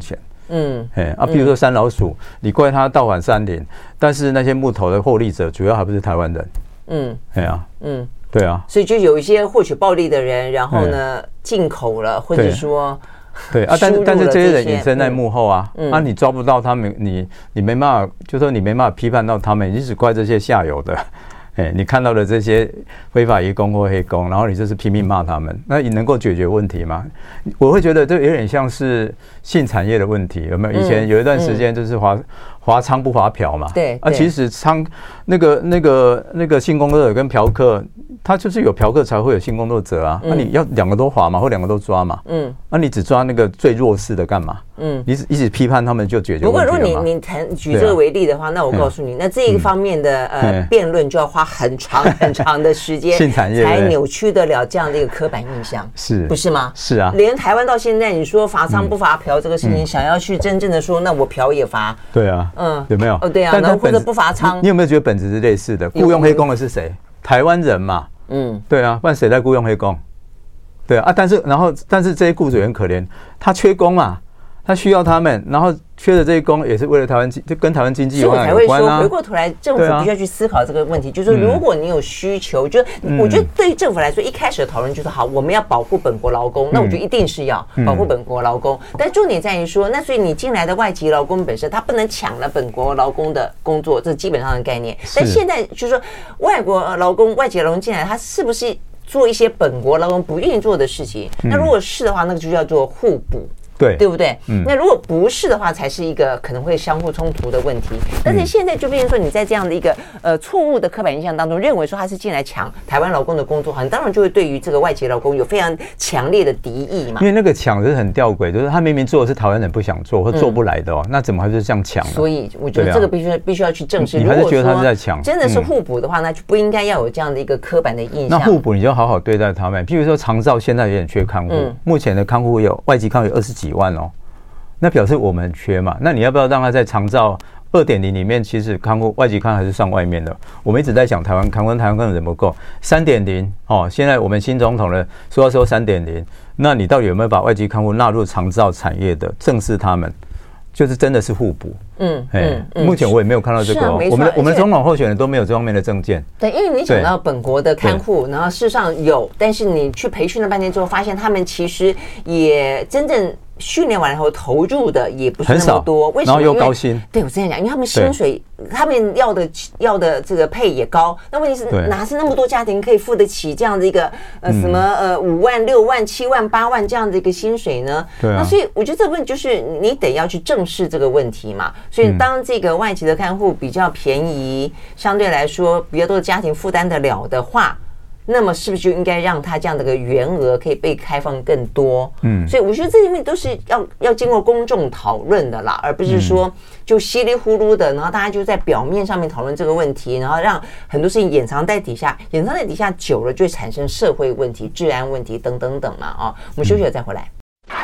嗯，哎啊，比如说山老鼠，嗯、你怪它盗伐山林，但是那些木头的获利者主要还不是台湾人。嗯，哎呀、啊，嗯，对啊， 所以就有一些获取暴利的人，然后呢进口了，或者说。 对啊，但是但是这些人隐身在幕后啊，嗯、啊，你抓不到他们，你你没办法，就说你没办法批判到他们，你只怪这些下游的，哎，你看到的这些非法移工或黑工，然后你就是拼命骂他们，那你能够解决问题吗？我会觉得这有点像是性产业的问题，有没有？以前有一段时间就是华。嗯嗯华娼不华嫖嘛？ 对啊，其实娼那个那个那个性工作者跟嫖客，他就是有嫖客才会有性工作者啊。那、嗯啊、你要两个都划嘛，或两个都抓嘛？嗯，那、啊、你只抓那个最弱势的干嘛？嗯，你一直批判他们就解决问题了嘛？ 不过如果你你谈举这个为例的话，啊、那我告诉你，那这一个方面的、嗯、呃辩论就要花很长很长的时间， 性产业才扭曲得了这样的一个刻板印象， 是不是吗？ 是啊， 连台湾到现在，你说罚娼不罚嫖这个事情，嗯、想要去真正的说，那我嫖也罚， 对啊，嗯，有没有？ 哦，对啊，然后或者不罚娼， 你有没有觉得本质是类似的？雇佣黑工的是谁？台湾人嘛，嗯，对啊，不然谁在雇佣黑工？对啊，但是然后但是这些雇主也很可怜，他缺工嘛，他需要他们，然后缺的这些工也是为了台湾经，就跟台湾经济有关啊。 所以我才会说，回过头来，政府必须要去思考这个问题，就是说，如果你有需求，就我觉得对于政府来说，一开始的讨论就是好，我们要保护本国劳工，那我觉得一定是要保护本国劳工，但重点在于说，那所以你进来的外籍劳工本身，他不能抢了本国劳工的工作，这是基本上的概念。但现在就是说，外国劳工、外籍劳工进来，他是不是做一些本国劳工不愿意做的事情？那如果是的话，那个就叫做互补。 对， 对不对？嗯，那如果不是的话，才是一个可能会相互冲突的问题。但是现在就变成说，你在这样的一个呃错误的刻板印象当中，认为说他是进来抢台湾劳工的工作，很当然就会对于这个外籍劳工有非常强烈的敌意嘛。 因为那个抢是很吊诡，就是他明明做的是台湾人不想做或做不来的哦，嗯、那怎么还是这样抢呢？ 所以我觉得这个必须、啊、必须要去正视。 你还是觉得他是在抢？ 真的是互补的话，嗯、那就不应该要有这样的一个刻板的印象。 那互补你就好好对待他们。譬如说长照现在有点缺看护，嗯、目前的看护有外籍看护有二十几万哦。那表示我们很缺嘛？那你要不要让他在长照 二点零 里面，其实看护外籍看还是算外面的。我们一直在讲台湾看护，台湾看护人不够。三点零 哦，现在我们新总统呢说要说 三点零， 那你到底有没有把外籍看护纳入长照产业的，正视他们？就是真的是互补，嗯嗯，嗯目前我也没有看到这个、哦啊，我们我们总统候选人都没有这方面的政见。 对，因为你讲到本国的看护，然后事实上有，但是你去培训了半天之后，发现他们其实也真正训练完以后投入的也不是那么多，为什么？ 然后又高薪。 对，我之前讲，因为他们薪水，他们要的要的这个配也高，那问题是哪是那么多家庭可以付得起这样的一个呃什么呃五万、六万、七万、八万这样的一个薪水呢？ 对啊。 那所以我觉得这部分就是你得要去正视这个问题嘛。所以当这个外籍的看护比较便宜，相对来说比较多的家庭负担得了的话，那么是不是就应该让他这样的个员额可以被开放更多？嗯，所以我觉得这里面都是要要经过公众讨论的啦，而不是说就稀里糊涂的，然后大家就在表面上面讨论这个问题，然后让很多事情掩藏在底下，掩藏在底下久了就会产生社会问题、治安问题等等等嘛。啊，我们休息了再回来。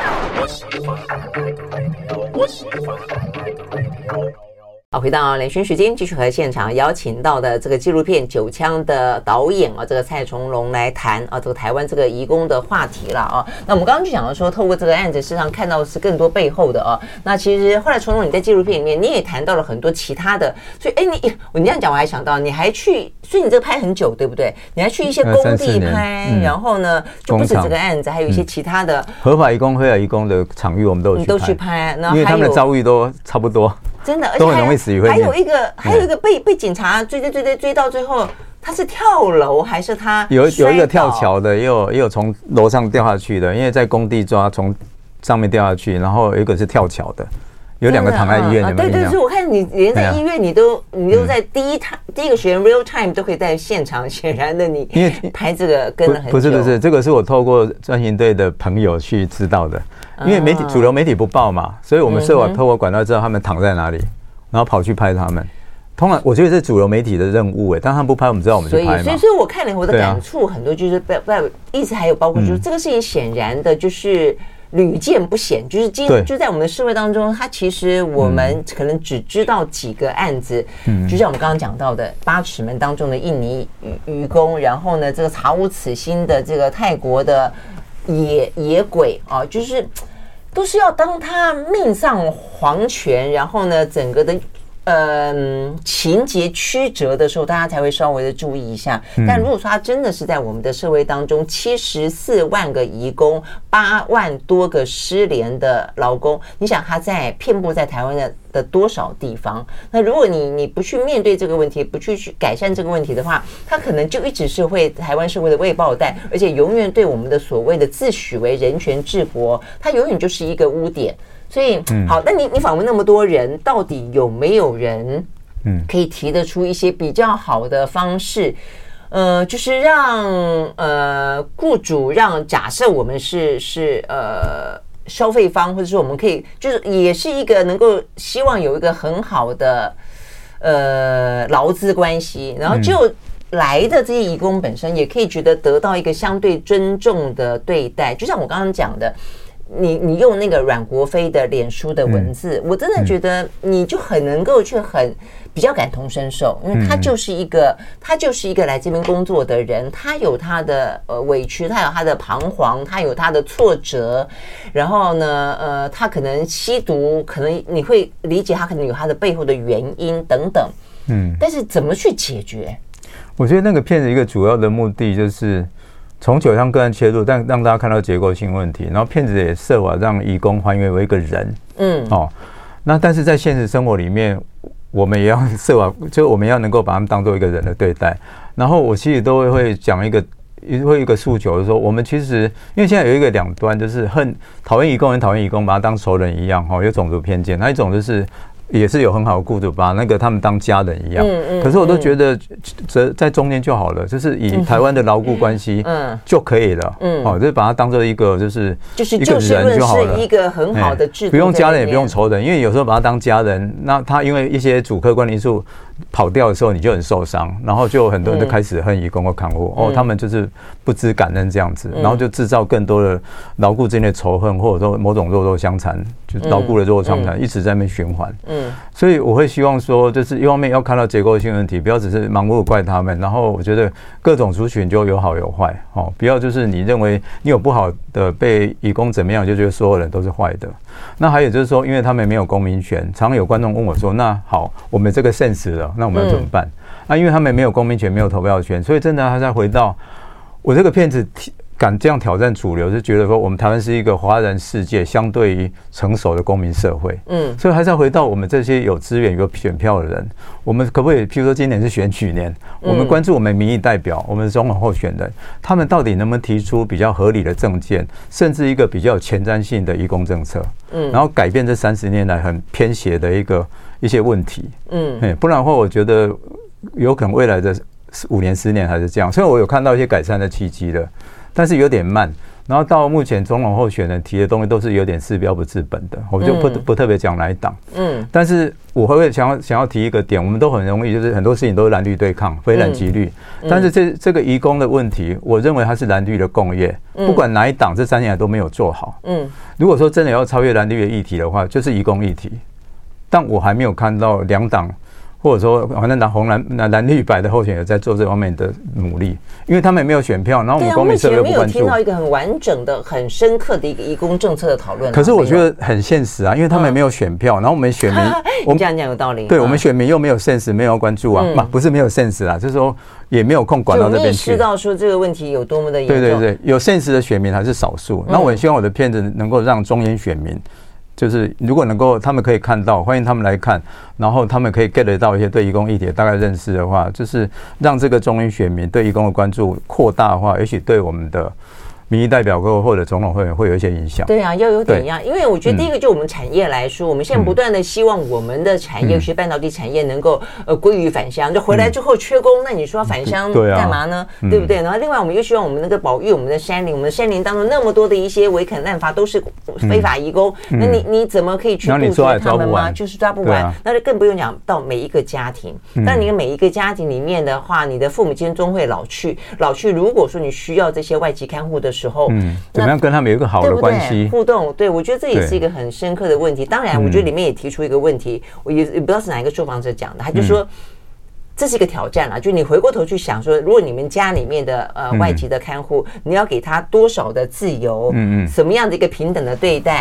好，回到连线时间，继续和现场邀请到的这个纪录片《九枪》的导演啊，这个蔡崇隆来谈啊，这个台湾这个移工的话题了啊。那我们刚刚就讲到说，透过这个案子，事实上看到的是更多背后的啊。那其实后来崇隆你在纪录片里面，你也谈到了很多其他的，所以哎，你我你这样讲，我还想到你还去，所以你这个拍很久，对不对？你还去一些工地拍，嗯、然后呢，就不止这个案子，还有一些其他的、嗯、 合法移工、非法移工的场域，我们都有去拍， 你都去拍，然后因为他们的遭遇都差不多。 真的，而且还还有一个，还有一个被被警察追追追追追到最后，他是跳楼还是他有有一个跳桥的，也有也有从楼上掉下去的，因为在工地抓从上面掉下去，然后有一个是跳桥的，有两个躺在医院的。 对对对，我看你连在医院你都你都在第一台第一个学员 real time 都可以在现场，显然的你因为拍这个跟了很久。 不是不是，这个是我透过专行队的朋友去知道的。因为媒体主流媒体不报嘛，所以我们社网透过管道知道他们躺在哪里，然后跑去拍他们。通常我觉得是主流媒体的任务哎，但他们不拍，我们知道我们去拍嘛。 所以，所以，所以我看了我的感触很多，就是不不，意思还有包括就是这个事情显然的就是屡见不鲜，就是今就在我们的社会当中，它其实我们可能只知道几个案子，嗯，就像我们刚刚讲到的八尺门当中的印尼渔工，然后呢，这个查无此心的这个泰国的野野鬼啊，就是都是要当他命丧黄泉，然后呢，整个的。嗯，情节曲折的时候，大家才会稍微的注意一下。但如果说他真的是在我们的社会当中，七十四万个移工，八万多个失联的劳工，你想他在遍布在台湾的的多少地方？那如果你你不去面对这个问题，不去去改善这个问题的话，他可能就一直是会台湾社会的未爆弹，而且永远对我们的所谓的自诩为人权治国，它永远就是一个污点。所以，好，那你你访问那么多人，到底有没有人，嗯，可以提得出一些比较好的方式，呃，就是让呃雇主让假设我们是是呃消费方，或者说我们可以就是也是一个能够希望有一个很好的呃劳资关系，然后就来的这些移工本身也可以觉得得到一个相对尊重的对待，就像我刚刚讲的。你你用那个阮国飞的脸书的文字，嗯、我真的觉得你就很能够去很比较感同身受，因为他就是一个、嗯、他就是一个来这边工作的人，他有他的呃委屈，他有他的彷徨，他有他的挫折，然后呢呃他可能吸毒，可能你会理解他可能有他的背后的原因等等，嗯，但是怎么去解决？ 我觉得那个片子一个主要的目的就是从酒商个案切入，但让大家看到结构性问题，然后骗子也设法让移工还原为一个人，嗯，哦，那但是在现实生活里面，我们也要设法，就我们要能够把他们当做一个人的对待。然后我其实都会讲一个，会一个诉求，就是说我们其实因为现在有一个两端，就是恨讨厌移工人讨厌移工，把他当仇人一样，哈，有种族偏见；那一种就是也是有很好的雇主把那个他们当家人一样，嗯嗯、可是我都觉得在中间就好了，就是以台湾的劳雇关系就可以了，嗯，好、哦，就是把它当做一个就是就是就事论事一个很好的制度， 不用家人也不用仇人，因为有时候把他当家人，那他因为一些主客观因素跑掉的时候，你就很受伤，然后就很多人就开始恨移工或看护、嗯、哦，他们就是不知感恩这样子，然后就制造更多的劳雇之间的仇恨，或者说某种弱肉相残，就是劳雇的弱肉相残、嗯、一直在那边循环，嗯，所以我会希望说，就是一方面要看到结构性问题，不要只是盲目怪他们，然后我觉得各种族群就有好有坏，哦，不要就是你认为你有不好的被移工怎么样，就觉得所有人都是坏的。那还有就是说，因为他们没有公民权，常常有观众问我说，那好，我们这个现实了，那我们要怎么办？嗯、啊，因为他们没有公民权，没有投票权，所以真的他再回到我这个片子敢这样挑战主流，是觉得说我们台湾是一个华人世界相对于成熟的公民社会，嗯，所以还是要回到我们这些有资源、有选票的人，我们可不可以，譬如说今年是选举年，我们关注我们民意代表、我们的总统候选人，他们到底能不能提出比较合理的政见，甚至一个比较有前瞻性的移工政策，嗯，然后改变这三十年来很偏斜的一个一些问题，嗯，不然的话，我觉得有可能未来的五年、十年还是这样。虽然我有看到一些改善的契机的。但是有点慢，然后到目前总统候选人提的东西都是有点治标不治本的，我就不、嗯、不特别讲哪一党。嗯，但是我会想要想要提一个点，我们都很容易就是很多事情都是蓝绿对抗，非蓝即绿。嗯、但是这这个移工的问题，我认为它是蓝绿的共业，嗯、不管哪一党这三年来都没有做好。嗯，如果说真的要超越蓝绿的议题的话，就是移工议题，但我还没有看到两党。或者说，反正拿红蓝、拿蓝绿白的候选人在做这方面的努力，因为他们也没有选票，然后我们公民社会不关注。对啊，目前没有听到一个很完整的、很深刻的一个移工政策的讨论、啊。 可是我觉得很现实啊，因为他们没有选票，嗯、然后我们选民，我们这样讲有道理。 对、嗯、我们选民又没有 sense， 没有关注啊，嗯、不是没有 sense 啦，就是说也没有空管到这边去。 就意识到说这个问题有多么的严重。 对对对，有 sense 的选民还是少数。那、嗯、我很希望我的片子能够让中间选民。就是如果能够他们可以看到，欢迎他们来看，然后他们可以 get 得到一些对移工议题大概认识的话，就是让这个中英选民对移工的关注扩大的话，也许对我们的民意代表或者总统会会有一些影响。 对啊，要有点样，因为我觉得第一个就我们产业来说，嗯、我们现在不断的希望我们的产业，尤其是半导体产业能够呃归于返乡，就回来之后缺工，嗯、那你说返乡干嘛呢？嗯、对不对？然后另外我们又希望我们能够保育我们的山林，我们的山林当中那么多的一些违垦滥伐都是非法移工，嗯、那你你怎么可以去杜绝他们吗？就是抓不完，啊、那就更不用讲到每一个家庭。但你每一个家庭里面的话，你的父母亲终会老去，老去。如果说你需要这些外籍看护的时候，嗯。 怎么样跟他们有一个好的关系对对互动？对，我觉得这也是一个很深刻的问题。当然，我觉得里面也提出一个问题，我也也不知道是哪一个受访者讲的，他就说。嗯这是一个挑战啦，就你回过头去想说，如果你们家里面的呃外籍的看护，嗯、你要给他多少的自由，嗯嗯，什么样的一个平等的对待？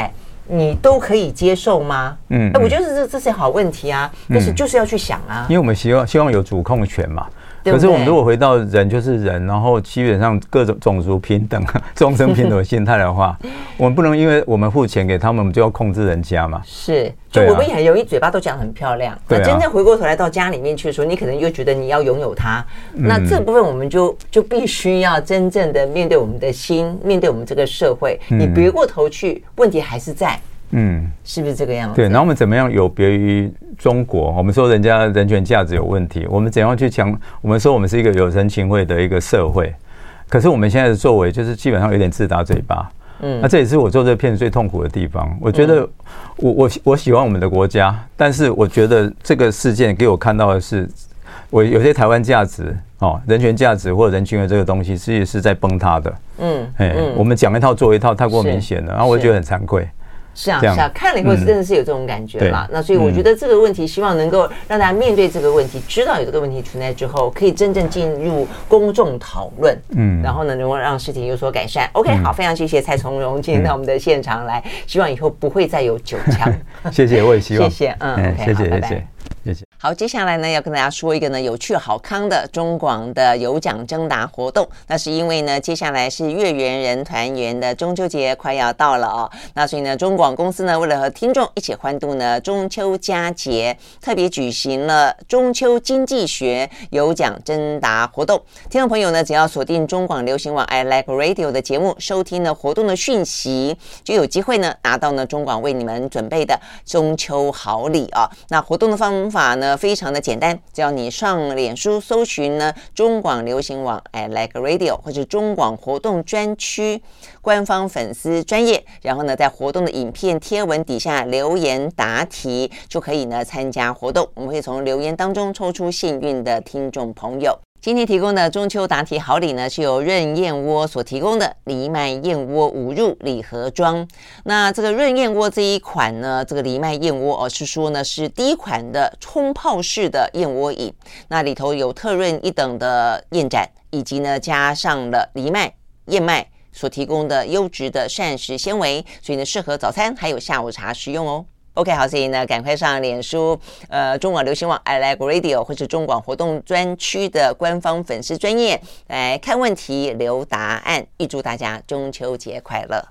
你都可以接受吗？嗯，哎，我觉得这这是好问题啊，但是就是要去想啊， 因为我们希望希望有主控权嘛。可是我们如果回到人就是人，然后基本上各种种族平等、众生平等的心态的话，我们不能因为我们付钱给他们，我们就要控制人家嘛。 是，就我们也很容易嘴巴都讲得很漂亮，那真正回过头来到家里面去的时候，你可能又觉得你要拥有它，那这部分我们就就必须要真正的面对我们的心，面对我们这个社会，你别过头去，问题还是在。嗯，是不是这个样子？ 对，然后我们怎么样有别于中国？我们说人家人权价值有问题，我们怎样去强？我们说我们是一个有人情味的一个社会，可是我们现在的作为就是基本上有点自打嘴巴。嗯，那这也是我做这片最痛苦的地方。我觉得我我我喜欢我们的国家，但是我觉得这个事件给我看到的是，我有些台湾价值哦，人权价值或者人情味这个东西，其实是在崩塌的。嗯，哎，我们讲一套做一套，太过明显了，然后我觉得很惭愧。 是啊，是啊，看了以后真的是有这种感觉啦。嗯、那所以我觉得这个问题，希望能够让大家面对这个问题，知道有这个问题存在之后，可以真正进入公众讨论，嗯，然后呢，能够让事情有所改善。OK， 好，非常谢谢蔡从容今天到我们的现场来，希望以后不会再有酒枪。 谢谢，我也希望。 谢谢，嗯 ，OK， 谢谢， 拜拜。 谢谢。谢谢。 好，接下来呢要跟大家说一个呢有趣好康的中广的有奖征答活动。那是因为呢接下来是月圆人团圆的中秋节快要到了哦，那所以呢中广公司呢为了和听众一起欢度呢中秋佳节，特别举行了中秋经济学有奖征答活动。听众朋友呢只要锁定中广流行网 I Like Radio 的节目，收听呢活动的讯息，就有机会呢拿到呢中广为你们准备的中秋好礼啊。那活动的方法呢非常的简单，只要你上脸书搜寻呢中广流行网 I Like Radio 或者中广活动专区官方粉丝专页，然后呢在活动的影片贴文底下留言答题，就可以呢参加活动。我们会从留言当中抽出幸运的听众朋友。今天提供的中秋答题好礼呢，是由润燕窝所提供的藜麦燕窝五入礼盒装。那这个润燕窝这一款呢，这个藜麦燕窝哦，是说呢是第一款的冲泡式的燕窝饮。那里头有特润一等的燕盏，以及呢加上了藜麦、燕麦所提供的优质的膳食纤维，所以呢适合早餐还有下午茶食用哦。OK， 好，所以呢，赶快上脸书，呃，中广流行网 I Like Radio 或是中广活动专区的官方粉丝专页来看问题、留答案。预祝大家中秋节快乐！